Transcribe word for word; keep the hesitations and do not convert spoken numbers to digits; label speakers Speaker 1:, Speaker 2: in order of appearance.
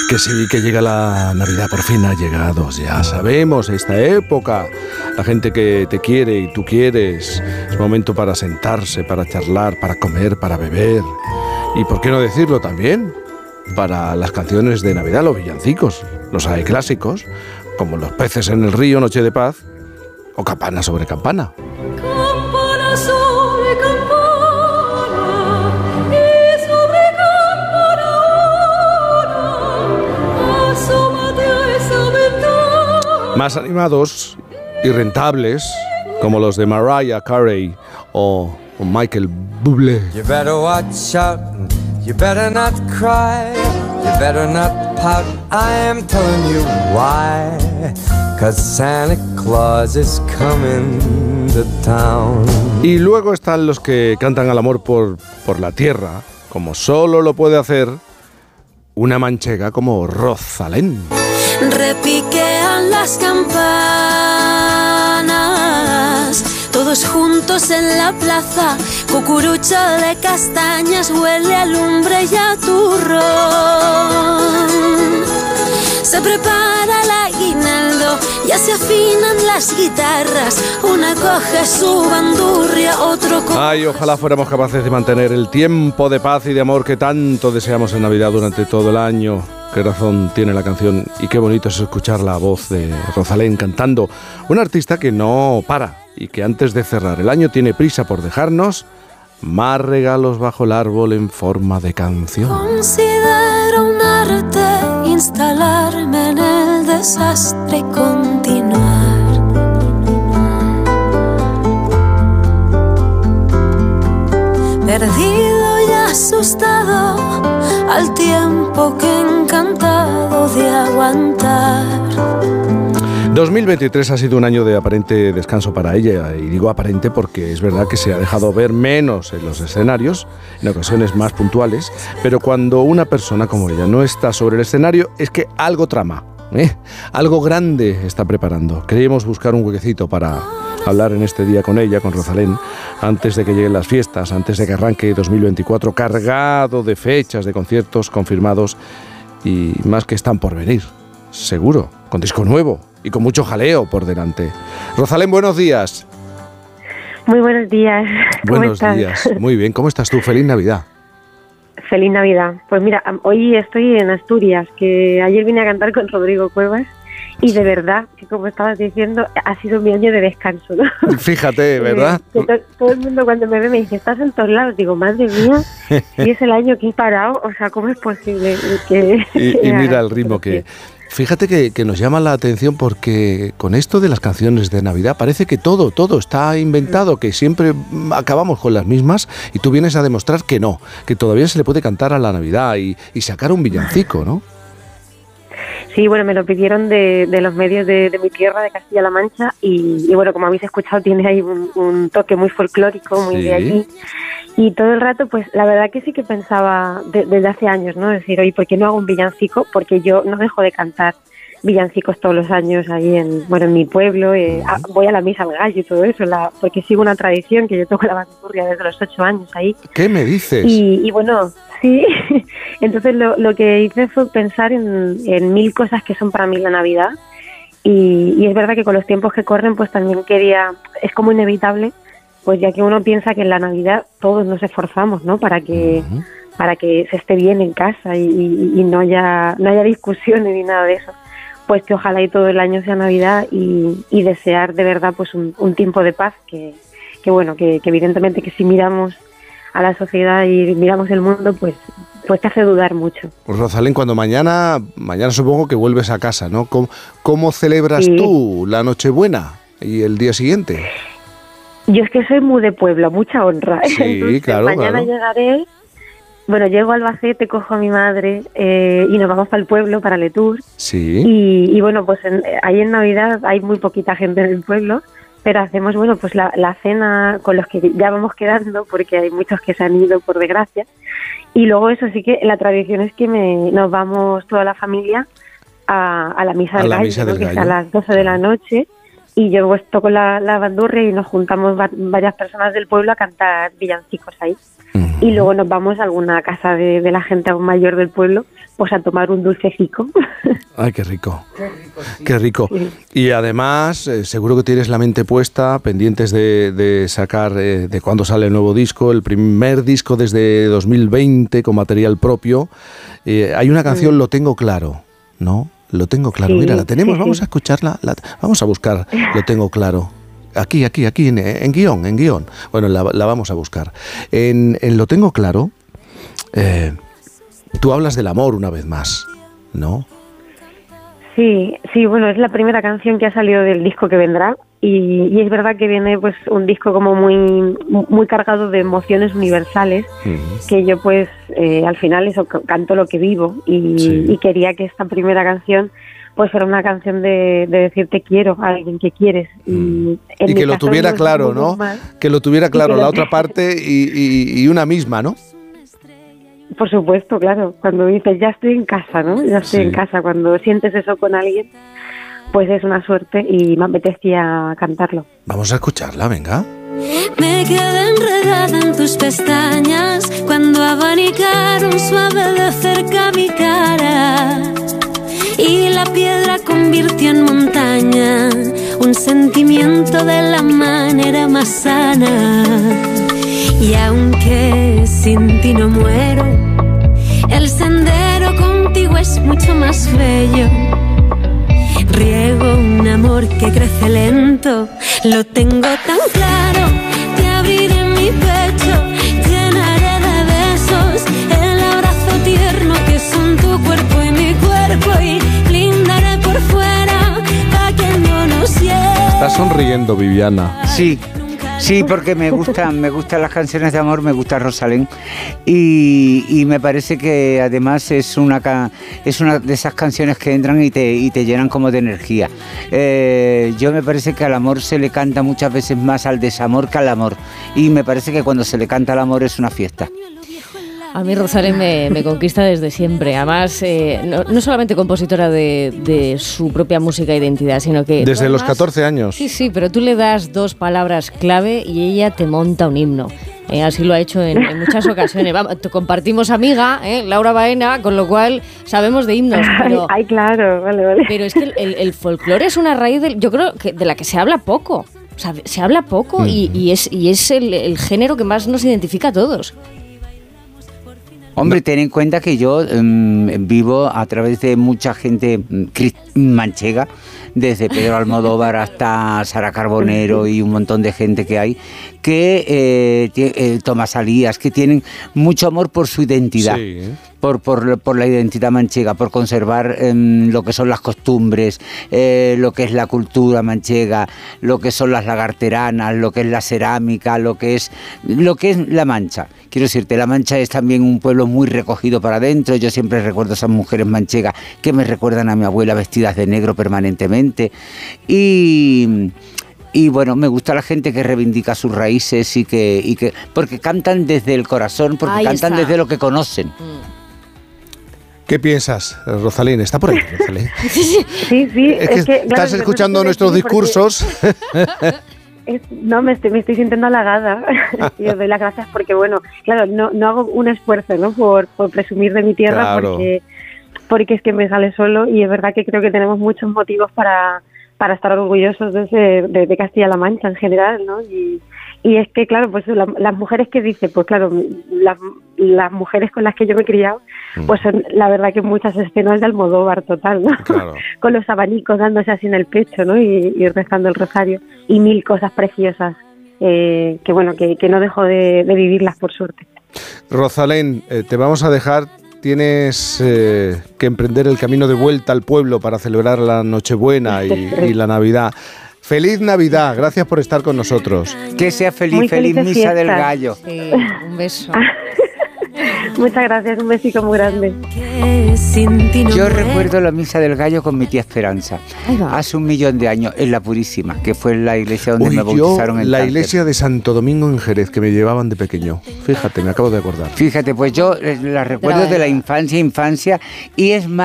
Speaker 1: Que sí, que llega la Navidad, por fin ha llegado, ya sabemos, esta época, la gente que te quiere y tú quieres, es momento para sentarse, para charlar, para comer, para beber, y por qué no decirlo también, para las canciones de Navidad, los villancicos, los hay clásicos, como Los peces en el río, Noche de paz, o Campana sobre campana.
Speaker 2: Campana sobre campana.
Speaker 1: Más animados y rentables, como los de Mariah Carey o, o Michael Bublé.
Speaker 3: You better watch out, you better not cry, you better not pout, I am telling you why, 'cause Santa Claus is coming to town.
Speaker 1: Y luego están los que cantan al amor por, por la tierra, como solo lo puede hacer una manchega como Rosalén.
Speaker 2: Repiquean las campanas, todos juntos en la plaza, cucurucho de castañas, huele a lumbre y a turrón. Se prepara el aguinaldo, ya se afinan las guitarras, una coge su bandurria, otro coge...
Speaker 1: Ay, ojalá fuéramos capaces de mantener el tiempo de paz y de amor que tanto deseamos en Navidad durante todo el año. Qué razón tiene la canción y qué bonito es escuchar la voz de Rosalén cantando. Una artista que no para y que antes de cerrar el año tiene prisa por dejarnos más regalos bajo el árbol en forma de canción.
Speaker 2: Considero un arte instalarme en el desastre y continuar. Perdido y asustado al tiempo que encantado de aguantar.
Speaker 1: dos mil veintitrés ha sido un año de aparente descanso para ella, y digo aparente porque es verdad que se ha dejado ver menos en los escenarios, en ocasiones más puntuales, pero cuando una persona como ella no está sobre el escenario es que algo trama, ¿eh? Algo grande está preparando. Queríamos buscar un huequecito para hablar en este día con ella, con Rosalén, antes de que lleguen las fiestas, antes de que arranque dos mil veinticuatro cargado de fechas, de conciertos confirmados y más que están por venir, seguro, con disco nuevo y con mucho jaleo por delante. Rosalén, buenos días.
Speaker 4: Muy buenos días. ¿Cómo
Speaker 1: Buenos
Speaker 4: estás?
Speaker 1: días. Muy bien, ¿cómo estás tú? Feliz Navidad.
Speaker 4: Feliz Navidad. Pues mira, hoy estoy en Asturias, que ayer vine a cantar con Rodrigo Cuevas y de verdad, que como estabas diciendo, ha sido mi año de descanso, ¿no?
Speaker 1: Fíjate, ¿verdad?
Speaker 4: Eh, to- todo el mundo cuando me ve me dice, estás en todos lados. Digo, madre mía, si es el año que he parado, o sea, ¿cómo es posible que...
Speaker 1: Y,
Speaker 4: que
Speaker 1: y mira
Speaker 4: haga?
Speaker 1: el ritmo que... Fíjate que, que nos llama la atención porque con esto de las canciones de Navidad parece que todo, todo está inventado, que siempre acabamos con las mismas y tú vienes a demostrar que no, que todavía se le puede cantar a la Navidad y, y sacar un villancico, ¿no?
Speaker 4: Sí, bueno, me lo pidieron de, de los medios de, de mi tierra, de Castilla-La Mancha, y, y bueno, como habéis escuchado, tiene ahí un, un toque muy folclórico, muy
Speaker 1: Sí.
Speaker 4: de allí. Y todo el rato, pues la verdad que sí que pensaba de- desde hace años, ¿no? Decir, oye, ¿por qué no hago un villancico? Porque yo no dejo de cantar villancicos todos los años ahí en, bueno, en mi pueblo, eh, a- voy a la misa al gallo y todo eso, la, porque sigo una tradición que yo toco la bandurria desde los ocho años ahí.
Speaker 1: ¿Qué me dices?
Speaker 4: Y, y bueno, sí, entonces lo, lo que hice fue pensar en, en mil cosas que son para mí la Navidad y, y es verdad que con los tiempos que corren pues también quería, es como inevitable, pues ya que uno piensa que en la Navidad todos nos esforzamos, ¿no? Para que
Speaker 1: Ujú.
Speaker 4: para que se esté bien en casa y, y, y no haya no haya discusiones ni nada de eso. Pues que ojalá y todo el año sea Navidad y, y desear de verdad pues un, un tiempo de paz que, que bueno, que, que evidentemente que si miramos a la sociedad y miramos el mundo, pues pues te hace dudar mucho.
Speaker 1: Pues Rosalén, cuando mañana, mañana supongo que vuelves a casa, ¿no? ¿Cómo, cómo celebras
Speaker 4: Sí.
Speaker 1: tú la Nochebuena y el día siguiente?
Speaker 4: Yo es que soy muy de pueblo, mucha honra.
Speaker 1: Sí,
Speaker 4: Entonces,
Speaker 1: claro,
Speaker 4: mañana
Speaker 1: claro.
Speaker 4: llegaré, bueno, llego a Albacete, cojo a mi madre eh, y nos vamos para el pueblo, para Letour.
Speaker 1: Sí.
Speaker 4: Y, y bueno, pues en, ahí en Navidad hay muy poquita gente en el pueblo, pero hacemos, bueno, pues la, la cena con los que ya vamos quedando, porque hay muchos que se han ido, por desgracia. Y luego eso sí que la tradición es que me, nos vamos toda la familia a, a la misa
Speaker 1: A
Speaker 4: del
Speaker 1: la
Speaker 4: gallo,
Speaker 1: misa
Speaker 4: ¿no?
Speaker 1: del
Speaker 4: Que es
Speaker 1: gallo.
Speaker 4: a las doce de la noche. Y yo pues toco la, la bandurria y nos juntamos va- varias personas del pueblo a cantar villancicos ahí.
Speaker 1: Ujú.
Speaker 4: Y luego nos vamos a alguna casa de, de la gente aún mayor del pueblo pues a tomar un dulcecico.
Speaker 1: Ay, qué rico, qué rico. Sí. Y además, eh, seguro que tienes la mente puesta, pendientes de, de sacar, eh, de cuándo sale el nuevo disco, el primer disco desde dos mil veinte con material propio. Eh, hay una canción, sí. Lo tengo claro, ¿no? Lo tengo claro. Sí, mira, la tenemos, sí, vamos sí. a escucharla, la, vamos a buscar, lo tengo claro. Aquí, aquí, aquí, en, en guión, en guión. Bueno, la, la vamos a buscar. En, en Lo tengo claro, eh, tú hablas del amor una vez más, ¿no?
Speaker 4: Sí, sí, bueno, es la primera canción que ha salido del disco que vendrá y, y es verdad que viene pues un disco como muy muy cargado de emociones universales, uh-huh. que yo pues eh, al final eso canto lo que vivo y, sí. y quería que esta primera canción pues era una canción de, de decir te quiero a alguien que quieres. Y, mm.
Speaker 1: y que lo tuviera claro, ¿no? Más. Que lo tuviera claro la otra parte y, y, y una misma, ¿no?
Speaker 4: Por supuesto, claro. Cuando dices, ya estoy en casa, ¿no? Ya estoy sí. en casa. Cuando sientes eso con alguien, pues es una suerte y me apetecía cantarlo.
Speaker 1: Vamos a escucharla, venga.
Speaker 2: Me quedé enredada en tus pestañas cuando abanicaron suave de cerca mi cara. Y la piedra convirtió en montaña un sentimiento de la manera más sana. Y aunque sin ti no muero, el sendero contigo es mucho más bello. Riego un amor que crece lento, lo tengo tan claro. Te abriré mi pecho, llenaré de besos el abrazo tierno que son tu cuerpo y mi cuerpo, y blindaré por fuera para que no nos lleve.
Speaker 1: Está sonriendo, Viviana.
Speaker 5: Sí. Sí, porque me gustan, me gustan las canciones de amor, me gusta Rosalén y, y me parece que además es una es una de esas canciones que entran y te, y te llenan como de energía. Eh, yo me parece que al amor se le canta muchas veces más al desamor que al amor y me parece que cuando se le canta al amor es una fiesta.
Speaker 6: A mí Rosalén me, me conquista desde siempre. Además, eh, no, no solamente compositora de, de su propia música e identidad, sino que...
Speaker 1: Desde
Speaker 6: además,
Speaker 1: los catorce años.
Speaker 6: Sí, sí, pero tú le das dos palabras clave y ella te monta un himno. Eh, así lo ha hecho en, en muchas ocasiones. Vamos, compartimos amiga, eh, Laura Baena, con lo cual sabemos de himnos. Pero,
Speaker 4: ay, claro, vale, vale.
Speaker 6: Pero es que el, el, el folclore es una raíz, de, yo creo, que de la que se habla poco. O sea, se habla poco mm. y, y es, y es el, el género que más nos identifica a todos.
Speaker 5: Hombre, ten en cuenta que yo um, vivo a través de mucha gente manchega, desde Pedro Almodóvar hasta Sara Carbonero y un montón de gente que hay, que eh, t- eh, Tomás Alías, que tienen mucho amor por su identidad. Sí, ¿eh? Por, por, por la identidad manchega, por conservar eh, lo que son las costumbres, eh, lo que es la cultura manchega, lo que son las lagarteranas, lo que es la cerámica, lo que es lo que es la Mancha. Quiero decirte, la Mancha es también un pueblo muy recogido para adentro. Yo siempre recuerdo a esas mujeres manchegas que me recuerdan a mi abuela vestidas de negro permanentemente. Y... Y bueno, me gusta la gente que reivindica sus raíces y que, y que porque cantan desde el corazón, porque Ahí cantan está. Desde lo que conocen.
Speaker 1: ¿Qué piensas, Rosalén? ¿Está por ahí, Rosalén?
Speaker 4: Sí, sí.
Speaker 1: Es que, es que estás claro, escuchando nuestros discursos.
Speaker 4: Es, no, me estoy, me estoy sintiendo halagada y os doy las gracias porque, bueno, claro, no, no hago un esfuerzo, ¿no? Por, por presumir de mi tierra, claro. porque, porque es que me sale solo y es verdad que creo que tenemos muchos motivos para... para estar orgullosos de, ese, de, de Castilla-La Mancha en general, ¿no? Y, y es que, claro, pues la, las mujeres que dice, pues claro, las, las mujeres con las que yo me he criado, mm. pues son la verdad que muchas escenas de Almodóvar total, ¿no? Claro. Con los abanicos dándose así en el pecho, ¿no? Y, y rezando el rosario y mil cosas preciosas eh, que, bueno, que, que no dejo de, de vivirlas por suerte.
Speaker 1: Rosalén, eh, te vamos a dejar... Tienes eh, que emprender el camino de vuelta al pueblo para celebrar la Nochebuena y, y la Navidad. ¡Feliz Navidad! Gracias por estar con nosotros.
Speaker 5: Que sea feliz, feliz Misa fiestas. Del Gallo.
Speaker 6: Sí, un beso.
Speaker 4: Muchas gracias, un besico muy grande.
Speaker 5: Yo recuerdo la Misa del Gallo con mi tía Esperanza, hace un millón de años, en La Purísima, que fue la iglesia donde Uy, me bautizaron en
Speaker 1: la
Speaker 5: Tánger.
Speaker 1: Iglesia de Santo Domingo en Jerez, que me llevaban de pequeño. Fíjate, me acabo de acordar.
Speaker 5: Fíjate, pues yo la recuerdo de la infancia, infancia, y es más...